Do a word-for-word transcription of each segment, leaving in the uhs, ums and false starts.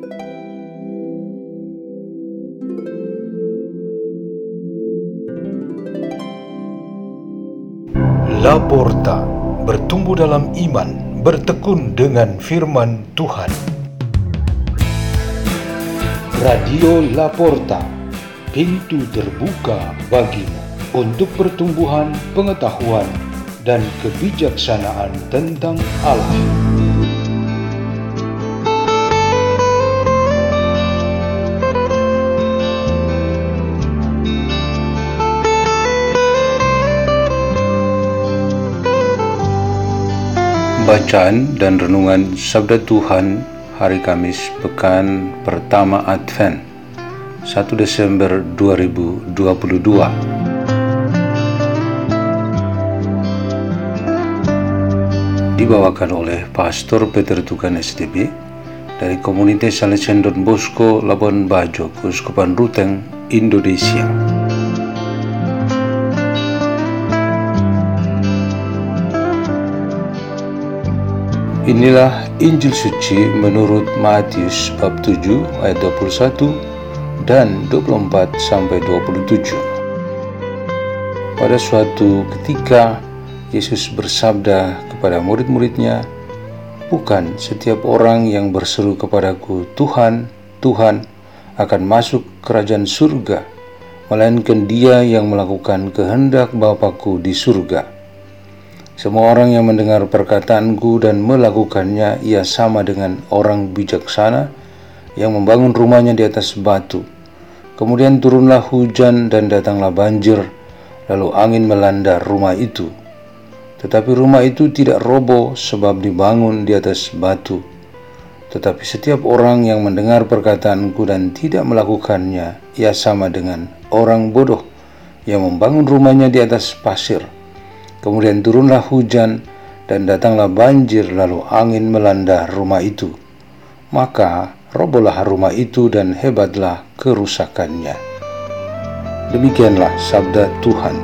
Laporta, bertumbuh dalam iman, bertekun dengan firman Tuhan. Radio Laporta, pintu terbuka bagimu untuk pertumbuhan pengetahuan dan kebijaksanaan tentang Allah. Bacaan dan renungan Sabda Tuhan hari Kamis pekan pertama Advent satu Desember dua ribu dua puluh dua. Dibawakan oleh Pastor Peter Tukan S D B dari Komunitas Salesian Don Bosco Labuan Bajo, Keuskupan Ruteng, Indonesia. Inilah Injil Suci menurut Matius bab tujuh ayat dua puluh satu dan dua puluh empat sampai dua puluh tujuh. Pada suatu ketika Yesus bersabda kepada murid-muridnya, "Bukan setiap orang yang berseru kepadaku, Tuhan, Tuhan, akan masuk kerajaan surga, melainkan dia yang melakukan kehendak Bapa-Ku di surga. Semua orang yang mendengar perkataanku dan melakukannya, ia sama dengan orang bijaksana yang membangun rumahnya di atas batu. Kemudian turunlah hujan dan datanglah banjir, lalu angin melanda rumah itu. Tetapi rumah itu tidak roboh sebab dibangun di atas batu. Tetapi setiap orang yang mendengar perkataanku dan tidak melakukannya, ia sama dengan orang bodoh yang membangun rumahnya di atas pasir. Kemudian turunlah hujan dan datanglah banjir, lalu angin melanda rumah itu. Maka robohlah rumah itu dan hebatlah kerusakannya." Demikianlah sabda Tuhan.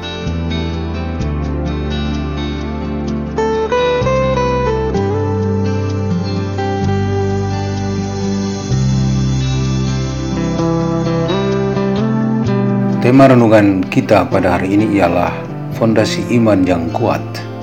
Tema renungan kita pada hari ini ialah fondasi iman yang kuat.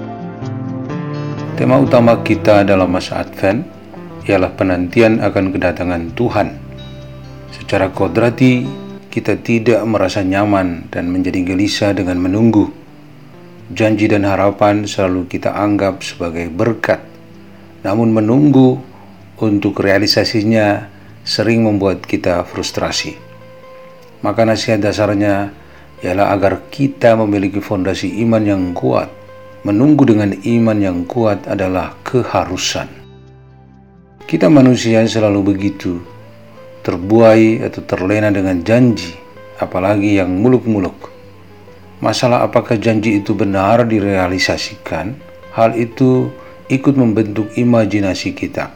Tema utama kita dalam masa Advent ialah penantian akan kedatangan Tuhan. Secara kodrati, kita tidak merasa nyaman dan menjadi gelisah dengan menunggu. Janji dan harapan selalu kita anggap sebagai berkat, namun menunggu untuk realisasinya sering membuat kita frustrasi. Maka nasihat dasarnya ialah agar kita memiliki fondasi iman yang kuat. Menunggu dengan iman yang kuat adalah keharusan. Kita manusia selalu begitu, terbuai atau terlena dengan janji, apalagi yang muluk-muluk. Masalah apakah janji itu benar direalisasikan? Hal itu ikut membentuk imajinasi kita.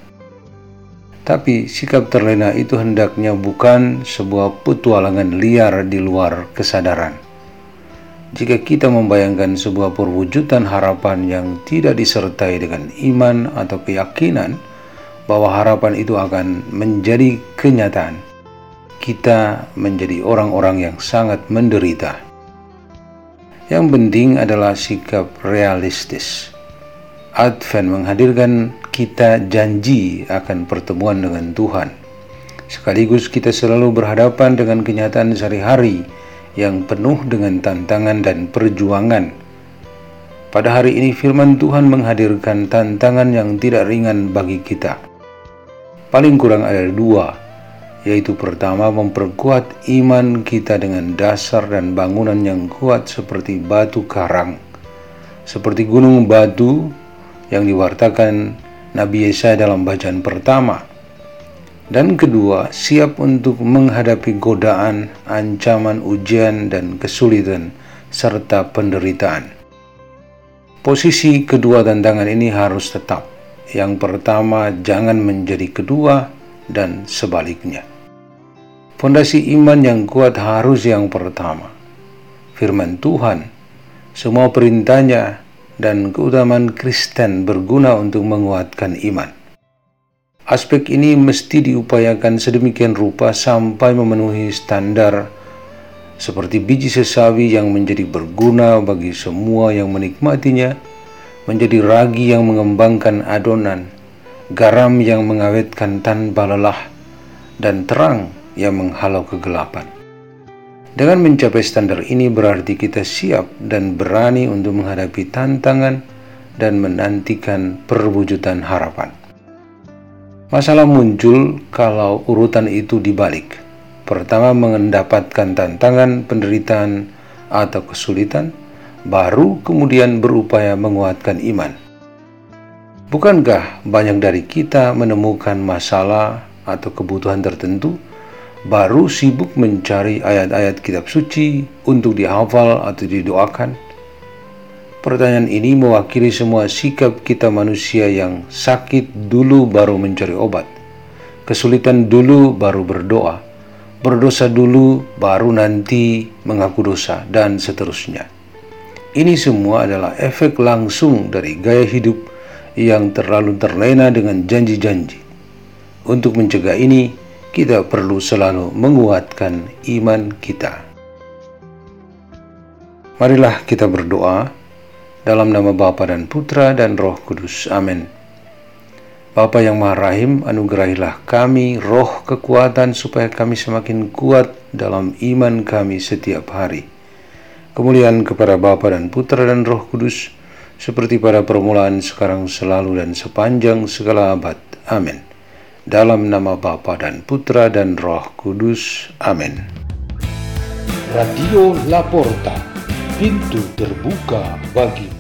Tapi sikap terlena itu hendaknya bukan sebuah petualangan liar di luar kesadaran. Jika kita membayangkan sebuah perwujudan harapan yang tidak disertai dengan iman atau keyakinan bahwa harapan itu akan menjadi kenyataan, kita menjadi orang-orang yang sangat menderita. Yang penting adalah sikap realistis. Advent menghadirkan kita janji akan pertemuan dengan Tuhan. Sekaligus kita selalu berhadapan dengan kenyataan sehari-hari yang penuh dengan tantangan dan perjuangan. Pada hari ini firman Tuhan menghadirkan tantangan yang tidak ringan bagi kita. Paling kurang ada dua, yaitu pertama, memperkuat iman kita dengan dasar dan bangunan yang kuat seperti batu karang, seperti gunung batu yang diwartakan Nabi Yesaya dalam bacaan pertama. Dan kedua, siap untuk menghadapi godaan, ancaman, ujian, dan kesulitan, serta penderitaan. Posisi kedua tantangan ini harus tetap. Yang pertama jangan menjadi kedua, dan sebaliknya. Fondasi iman yang kuat harus yang pertama. Firman Tuhan, semua perintahnya, dan keutamaan Kristen berguna untuk menguatkan iman. Aspek ini mesti diupayakan sedemikian rupa sampai memenuhi standar seperti biji sesawi yang menjadi berguna bagi semua yang menikmatinya, menjadi ragi yang mengembangkan adonan, garam yang mengawetkan tanpa lelah, dan terang yang menghalau kegelapan. Dengan mencapai standar ini berarti kita siap dan berani untuk menghadapi tantangan dan menantikan perwujudan harapan. Masalah muncul kalau urutan itu dibalik. Pertama mendapatkan tantangan, penderitaan, atau kesulitan, baru kemudian berupaya menguatkan iman. Bukankah banyak dari kita menemukan masalah atau kebutuhan tertentu, baru sibuk mencari ayat-ayat kitab suci untuk dihafal atau didoakan? Pertanyaan ini mewakili semua sikap kita manusia yang sakit dulu baru mencari obat, kesulitan dulu baru berdoa, berdosa dulu baru nanti mengaku dosa, dan seterusnya. Ini semua adalah efek langsung dari gaya hidup yang terlalu terlena dengan janji-janji. Untuk mencegah ini, kita perlu selalu menguatkan iman kita. Marilah kita berdoa. Dalam nama Bapa dan Putra dan Roh Kudus. Amin. Bapa yang Maha Rahim, anugerahilah kami roh kekuatan supaya kami semakin kuat dalam iman kami setiap hari. Kemuliaan kepada Bapa dan Putra dan Roh Kudus, seperti pada permulaan, sekarang, selalu, dan sepanjang segala abad. Amin. Dalam nama Bapa dan Putra dan Roh Kudus. Amin. Radio Laporta, pintu terbuka bagi